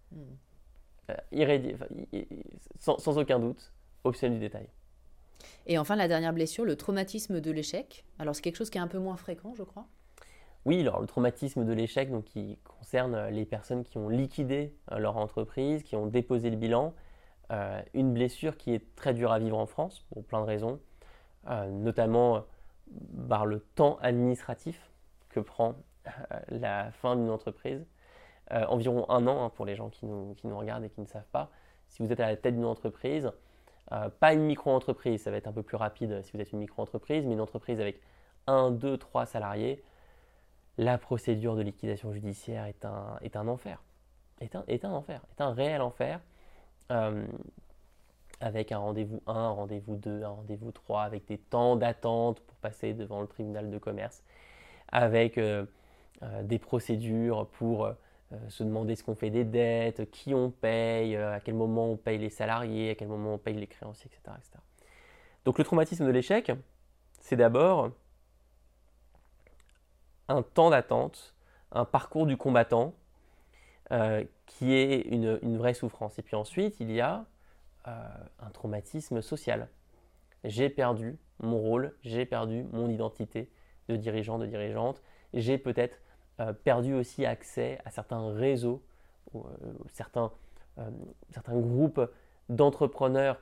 sans aucun doute obsessionnel du détail. Et enfin, la dernière blessure, le traumatisme de l'échec. Alors, c'est quelque chose qui est un peu moins fréquent, je crois. Oui, alors le traumatisme de l'échec, donc, qui concerne les personnes qui ont liquidé leur entreprise, qui ont déposé le bilan. Une blessure qui est très dure à vivre en France, pour plein de raisons, notamment par le temps administratif que prend la fin d'une entreprise. Environ 1 an pour les gens qui nous regardent et qui ne savent pas. Si vous êtes à la tête d'une entreprise, pas une micro-entreprise, ça va être un peu plus rapide si vous êtes une micro-entreprise, mais une entreprise avec 1, 2, 3 salariés, la procédure de liquidation judiciaire est un enfer. Est un enfer, est un réel enfer, avec un rendez-vous 1, un rendez-vous 2, un rendez-vous 3, avec des temps d'attente pour passer devant le tribunal de commerce, avec des procédures pour se demander ce qu'on fait des dettes, qui on paye, à quel moment on paye les salariés, à quel moment on paye les créanciers, etc. etc. Donc le traumatisme de l'échec, c'est d'abord un temps d'attente, un parcours du combattant qui est une vraie souffrance. Et puis ensuite, il y a un traumatisme social. J'ai perdu mon rôle, j'ai perdu mon identité de dirigeant, de dirigeante. J'ai peut-être perdu aussi accès à certains réseaux, certains groupes d'entrepreneurs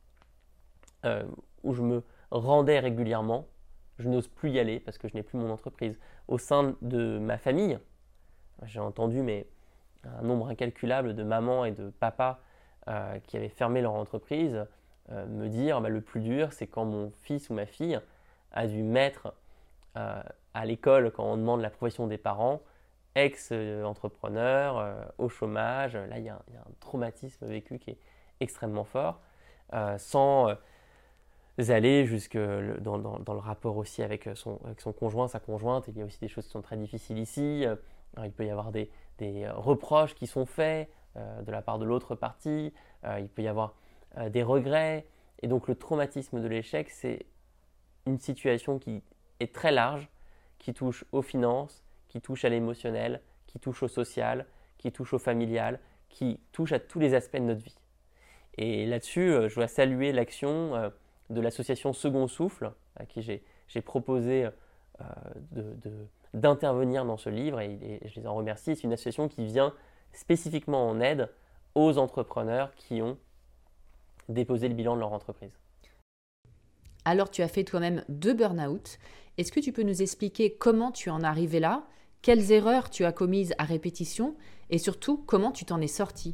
où je me rendais régulièrement. Je n'ose plus y aller parce que je n'ai plus mon entreprise. Au sein de ma famille, j'ai entendu un nombre incalculable de mamans et de papas qui avaient fermé leur entreprise me dire le plus dur, c'est quand mon fils ou ma fille a dû mettre à l'école, quand on demande la profession des parents, ex-entrepreneur, au chômage. Là, il y a un traumatisme vécu qui est extrêmement fort, sans aller jusque dans le rapport aussi avec son conjoint, sa conjointe. Il y a aussi des choses qui sont très difficiles ici. Il peut y avoir des reproches qui sont faits de la part de l'autre partie. Il peut y avoir des regrets. Et donc le traumatisme de l'échec, c'est une situation qui est très large, qui touche aux finances, qui touche à l'émotionnel, qui touche au social, qui touche au familial, qui touche à tous les aspects de notre vie. Et là-dessus, je dois saluer l'action de l'association Second Souffle, à qui j'ai proposé d'intervenir dans ce livre, et je les en remercie. C'est une association qui vient spécifiquement en aide aux entrepreneurs qui ont déposé le bilan de leur entreprise. Alors, tu as fait toi-même 2 burn-out. Est-ce que tu peux nous expliquer comment tu en es arrivé là, quelles erreurs tu as commises à répétition et surtout comment tu t'en es sorti?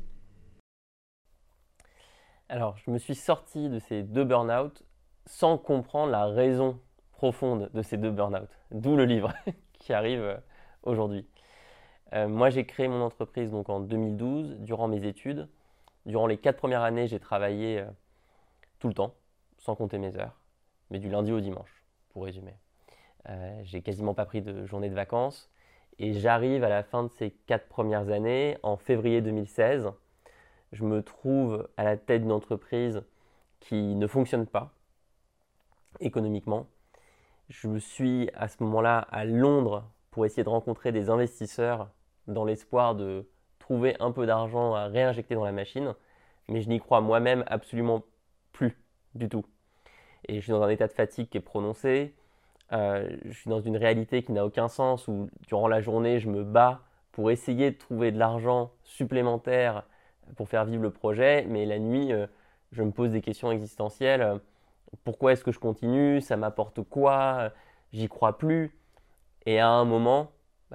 Alors, je me suis sorti de ces 2 burn-out sans comprendre la raison profonde de ces 2 burn-out, d'où le livre qui arrive aujourd'hui. Moi, j'ai créé mon entreprise donc en 2012, durant mes études. Durant les 4 premières années, j'ai travaillé tout le temps, sans compter mes heures, mais du lundi au dimanche, pour résumer. J'ai quasiment pas pris de journée de vacances et j'arrive à la fin de ces 4 premières années, en février 2016. Je me trouve à la tête d'une entreprise qui ne fonctionne pas économiquement. Je suis à ce moment-là à Londres pour essayer de rencontrer des investisseurs dans l'espoir de trouver un peu d'argent à réinjecter dans la machine, mais je n'y crois moi-même absolument plus du tout. Et je suis dans un état de fatigue qui est prononcé, je suis dans une réalité qui n'a aucun sens, où durant la journée je me bats pour essayer de trouver de l'argent supplémentaire pour faire vivre le projet, mais la nuit je me pose des questions existentielles. Pourquoi est-ce que je continue? Ça m'apporte quoi? J'y crois plus. Et à un moment,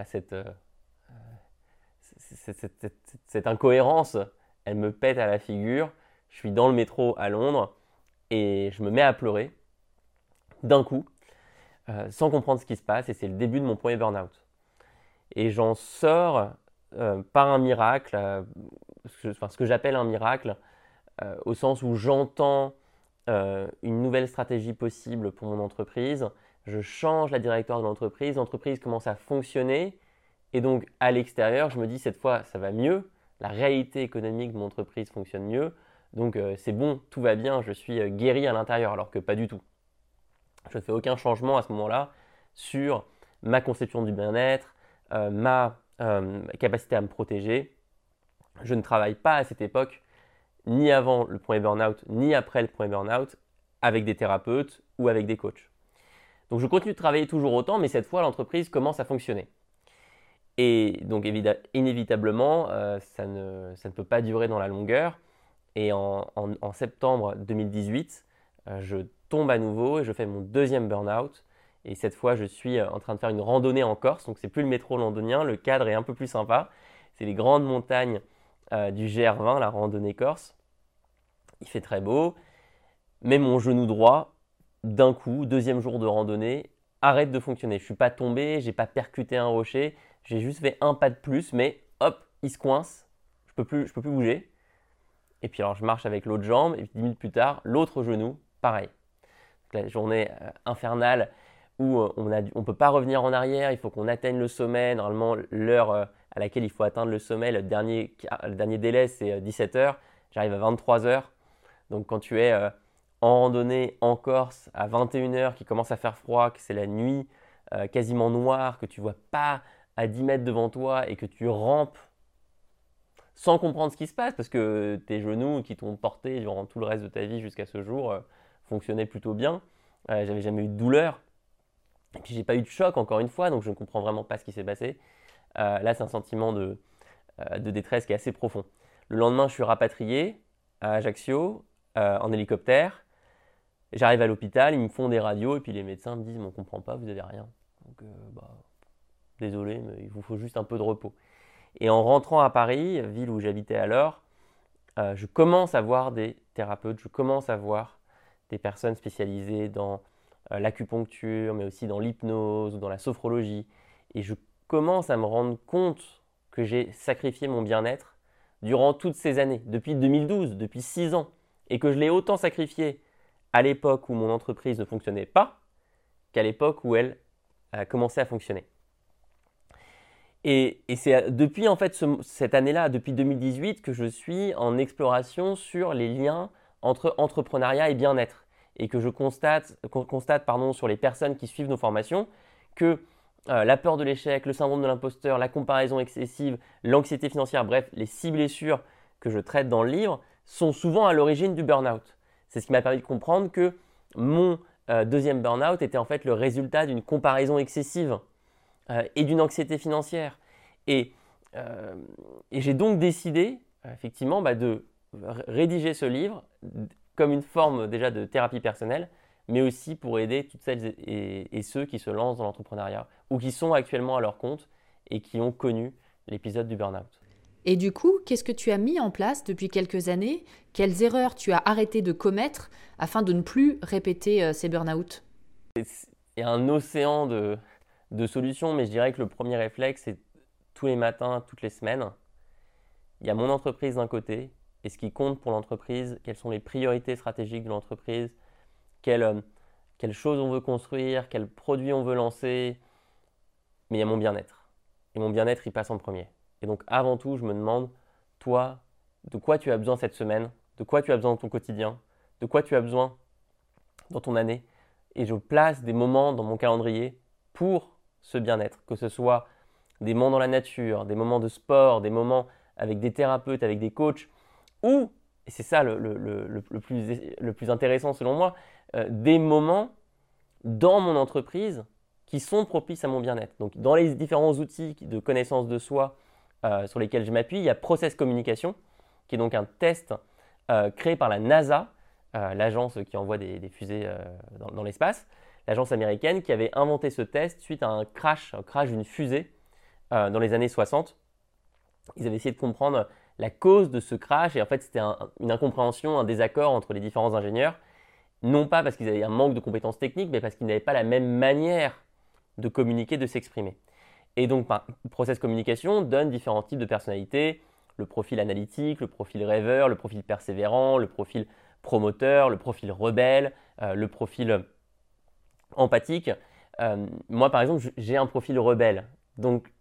cette incohérence, elle me pète à la figure. Je suis dans le métro à Londres et je me mets à pleurer d'un coup, sans comprendre ce qui se passe. Et c'est le début de mon premier burn-out. Et j'en sors par un miracle, ce que j'appelle un miracle, au sens où j'entends une nouvelle stratégie possible pour mon entreprise. Je change la directoire de l'entreprise commence à fonctionner. Et donc, à l'extérieur, je me dis, cette fois, ça va mieux. La réalité économique de mon entreprise fonctionne mieux. Donc, c'est bon, tout va bien, je suis guéri à l'intérieur, alors que pas du tout. Je ne fais aucun changement à ce moment-là sur ma conception du bien-être, ma capacité à me protéger. Je ne travaille pas à cette époque, ni avant le premier burn-out, ni après le premier burn-out, avec des thérapeutes ou avec des coachs. Donc, je continue de travailler toujours autant, mais cette fois, l'entreprise commence à fonctionner. Et donc inévitablement, ça ne peut pas durer dans la longueur. Et en septembre 2018, je tombe à nouveau et je fais mon deuxième burn-out. Et cette fois, je suis en train de faire une randonnée en Corse. Donc, c'est plus le métro londonien, le cadre est un peu plus sympa. C'est les grandes montagnes du GR20, la randonnée corse. Il fait très beau. Mais mon genou droit, d'un coup, deuxième jour de randonnée, arrête de fonctionner. Je ne suis pas tombé, je n'ai pas percuté un rocher. J'ai juste fait un pas de plus, mais hop, il se coince, je peux plus bouger. Et puis alors je marche avec l'autre jambe, et puis 10 minutes plus tard, l'autre genou, pareil. Donc, la journée infernale où on ne peut pas revenir en arrière, il faut qu'on atteigne le sommet. Normalement, l'heure à laquelle il faut atteindre le sommet, le dernier délai, c'est 17 heures. J'arrive à 23 heures. Donc quand tu es en randonnée en Corse à 21 heures, qu'il commence à faire froid, que c'est la nuit quasiment noire, que tu ne vois pas à 10 mètres devant toi et que tu rampes sans comprendre ce qui se passe parce que tes genoux qui t'ont porté durant tout le reste de ta vie jusqu'à ce jour fonctionnaient plutôt bien. J'avais jamais eu de douleur. Et puis j'ai pas eu de choc encore une fois, donc je ne comprends vraiment pas ce qui s'est passé. Là, c'est un sentiment de détresse qui est assez profond. Le lendemain, je suis rapatrié à Ajaccio en hélicoptère. J'arrive à l'hôpital, ils me font des radios et puis les médecins me disent « on ne comprend pas, vous n'avez rien. » Donc, désolé, mais il vous faut juste un peu de repos. Et en rentrant à Paris, ville où j'habitais alors, je commence à voir des thérapeutes, je commence à voir des personnes spécialisées dans l'acupuncture, mais aussi dans l'hypnose ou dans la sophrologie. Et je commence à me rendre compte que j'ai sacrifié mon bien-être durant toutes ces années, depuis 2012, depuis 6 ans, et que je l'ai autant sacrifié à l'époque où mon entreprise ne fonctionnait pas qu'à l'époque où elle a commencé à fonctionner. Et c'est depuis en fait cette année-là, depuis 2018, que je suis en exploration sur les liens entre entrepreneuriat et bien-être. Et que je constate sur les personnes qui suivent nos formations que la peur de l'échec, le syndrome de l'imposteur, la comparaison excessive, l'anxiété financière, bref, les 6 blessures que je traite dans le livre sont souvent à l'origine du burn-out. C'est ce qui m'a permis de comprendre que mon deuxième burn-out était en fait le résultat d'une comparaison excessive et d'une anxiété financière. Et j'ai donc décidé effectivement de rédiger ce livre comme une forme déjà de thérapie personnelle, mais aussi pour aider toutes celles et ceux qui se lancent dans l'entrepreneuriat ou qui sont actuellement à leur compte et qui ont connu l'épisode du burn-out. Et du coup, qu'est-ce que tu as mis en place depuis quelques années ? Quelles erreurs tu as arrêté de commettre afin de ne plus répéter ces burn-out ? Il y a un océan de solutions, mais je dirais que le premier réflexe, c'est tous les matins, toutes les semaines, il y a mon entreprise d'un côté et ce qui compte pour l'entreprise, quelles sont les priorités stratégiques de l'entreprise, quelles choses on veut construire, quels produits on veut lancer, mais il y a mon bien-être. Et mon bien-être, il passe en premier. Et donc avant tout, je me demande, toi, de quoi tu as besoin cette semaine, de quoi tu as besoin dans ton quotidien, de quoi tu as besoin dans ton année. Et je place des moments dans mon calendrier pour ce bien-être, que ce soit des moments dans la nature, des moments de sport, des moments avec des thérapeutes, avec des coachs, ou, et c'est ça le plus intéressant selon moi, des moments dans mon entreprise qui sont propices à mon bien-être. Donc dans les différents outils de connaissance de soi sur lesquels je m'appuie, il y a Process Communication, qui est donc un test créé par la NASA, l'agence qui envoie des fusées dans l'espace, l'agence américaine qui avait inventé ce test suite à un crash d'une fusée dans les années 60. Ils avaient essayé de comprendre la cause de ce crash et en fait c'était une incompréhension, un désaccord entre les différents ingénieurs, non pas parce qu'ils avaient un manque de compétences techniques, mais parce qu'ils n'avaient pas la même manière de communiquer, de s'exprimer. Et donc Process Communication donne différents types de personnalités, le profil analytique, le profil rêveur, le profil persévérant, le profil promoteur, le profil rebelle, le profil empathique. Moi par exemple, j'ai un profil rebelle, donc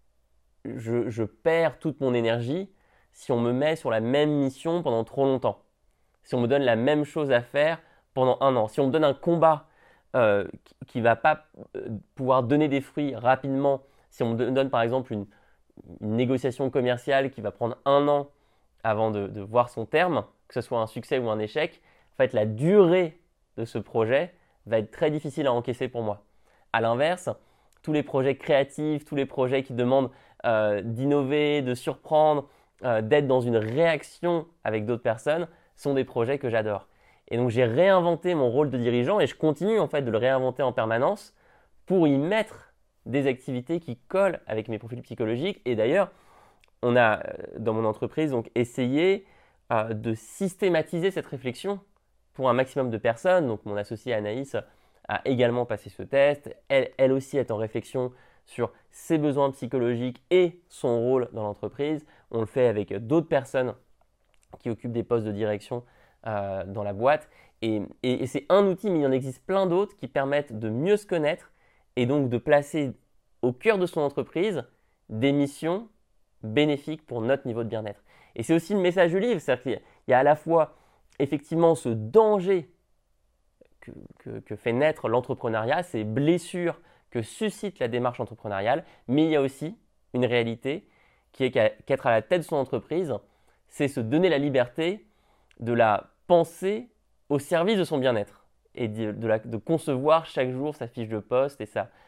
je perds toute mon énergie si on me met sur la même mission pendant trop longtemps, si on me donne la même chose à faire pendant 1 an, si on me donne un combat qui ne va pas pouvoir donner des fruits rapidement, si on me donne par exemple une négociation commerciale qui va prendre 1 an avant de voir son terme, que ce soit un succès ou un échec, en fait la durée de ce projet va être très difficile à encaisser pour moi. A l'inverse, tous les projets créatifs, tous les projets qui demandent d'innover, de surprendre, d'être dans une réaction avec d'autres personnes sont des projets que j'adore. Et donc j'ai réinventé mon rôle de dirigeant et je continue en fait de le réinventer en permanence pour y mettre des activités qui collent avec mes profils psychologiques. Et d'ailleurs, on a dans mon entreprise donc essayé de systématiser cette réflexion pour un maximum de personnes. Donc mon associée Anaïs a également passé ce test. Elle aussi est en réflexion sur ses besoins psychologiques et son rôle dans l'entreprise. On le fait avec d'autres personnes qui occupent des postes de direction dans la boîte. Et c'est un outil, mais il y en existe plein d'autres qui permettent de mieux se connaître et donc de placer au cœur de son entreprise des missions bénéfiques pour notre niveau de bien-être. Et c'est aussi le message du livre, c'est-à-dire qu'il y a à la fois effectivement ce danger que fait naître l'entrepreneuriat, ces blessures que suscite la démarche entrepreneuriale, mais il y a aussi une réalité qui est qu'être à la tête de son entreprise, c'est se donner la liberté de la penser au service de son bien-être et de concevoir chaque jour sa fiche de poste et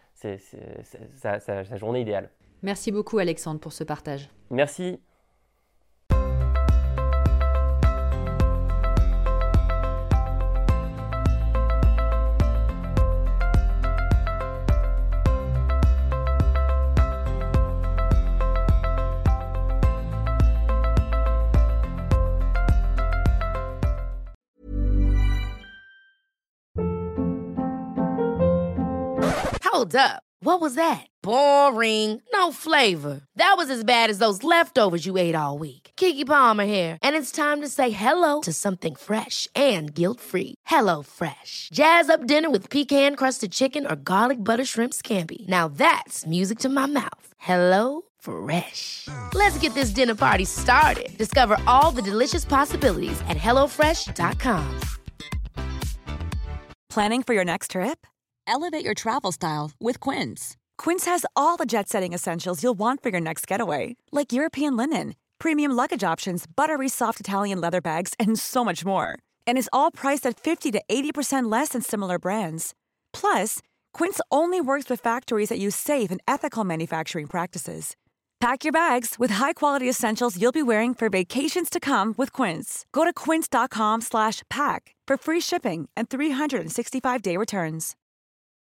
sa journée idéale. Merci beaucoup Alexandre pour ce partage. Merci. Hold up. What was that? Boring. No flavor. That was as bad as those leftovers you ate all week. Keke Palmer here, and it's time to say hello to something fresh and guilt-free. Hello Fresh. Jazz up dinner with pecan-crusted chicken or garlic butter shrimp scampi. Now that's music to my mouth. Hello Fresh. Let's get this dinner party started. Discover all the delicious possibilities at hellofresh.com. Planning for your next trip? Elevate your travel style with Quince. Quince has all the jet-setting essentials you'll want for your next getaway, like European linen, premium luggage options, buttery soft Italian leather bags, and so much more. And is all priced at 50 to 80% less than similar brands. Plus, Quince only works with factories that use safe and ethical manufacturing practices. Pack your bags with high-quality essentials you'll be wearing for vacations to come with Quince. Go to quince.com/pack for free shipping and 365-day returns.